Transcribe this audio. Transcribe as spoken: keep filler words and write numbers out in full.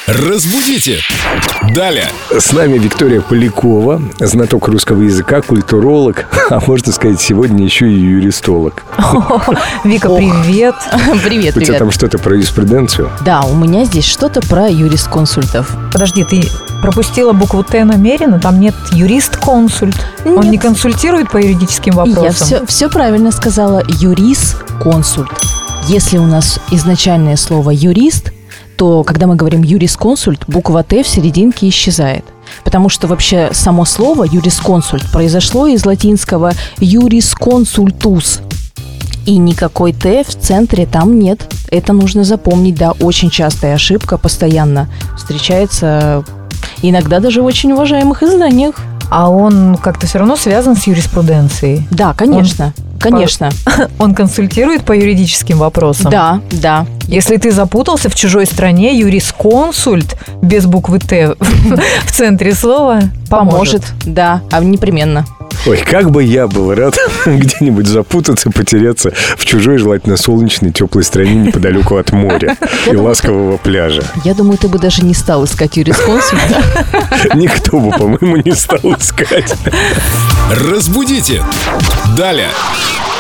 Разбудите! Далее! С нами Виктория Полякова, знаток русского языка, культуролог, а можно сказать, сегодня еще и юристолог. Вика, привет. Привет, У тебя привет. там что-то про юриспруденцию? Да, у меня здесь что-то про юрисконсультов. Подожди, ты пропустила букву Т намеренно? Там нет юрист-консульт. Он Нет. не консультирует по юридическим И вопросам? я все, все правильно сказала. Юрисконсульт. Если у нас изначальное слово юрист, то когда мы говорим юрисконсульт, буква Т в серединке исчезает. Потому что вообще само слово юрисконсульт произошло из латинского юрисконсультус. И никакой Т в центре там нет. Это нужно запомнить, да, очень частая ошибка, постоянно встречается, иногда даже в очень уважаемых изданиях. А он как-то все равно связан с юриспруденцией? Да, конечно, конечно. Он консультирует по юридическим вопросам? Да, да. Если ты запутался в чужой стране, юрисконсульт без буквы Т в центре слова поможет. Поможет, да, а непременно. Ой, как бы я был рад где-нибудь запутаться, потеряться в чужой, желательно солнечной, теплой стране неподалеку от моря и ласкового пляжа. Я думаю, ты бы даже не стал искать юрисконсульта. Никто бы, по-моему, не стал искать. Разбудите! Далее!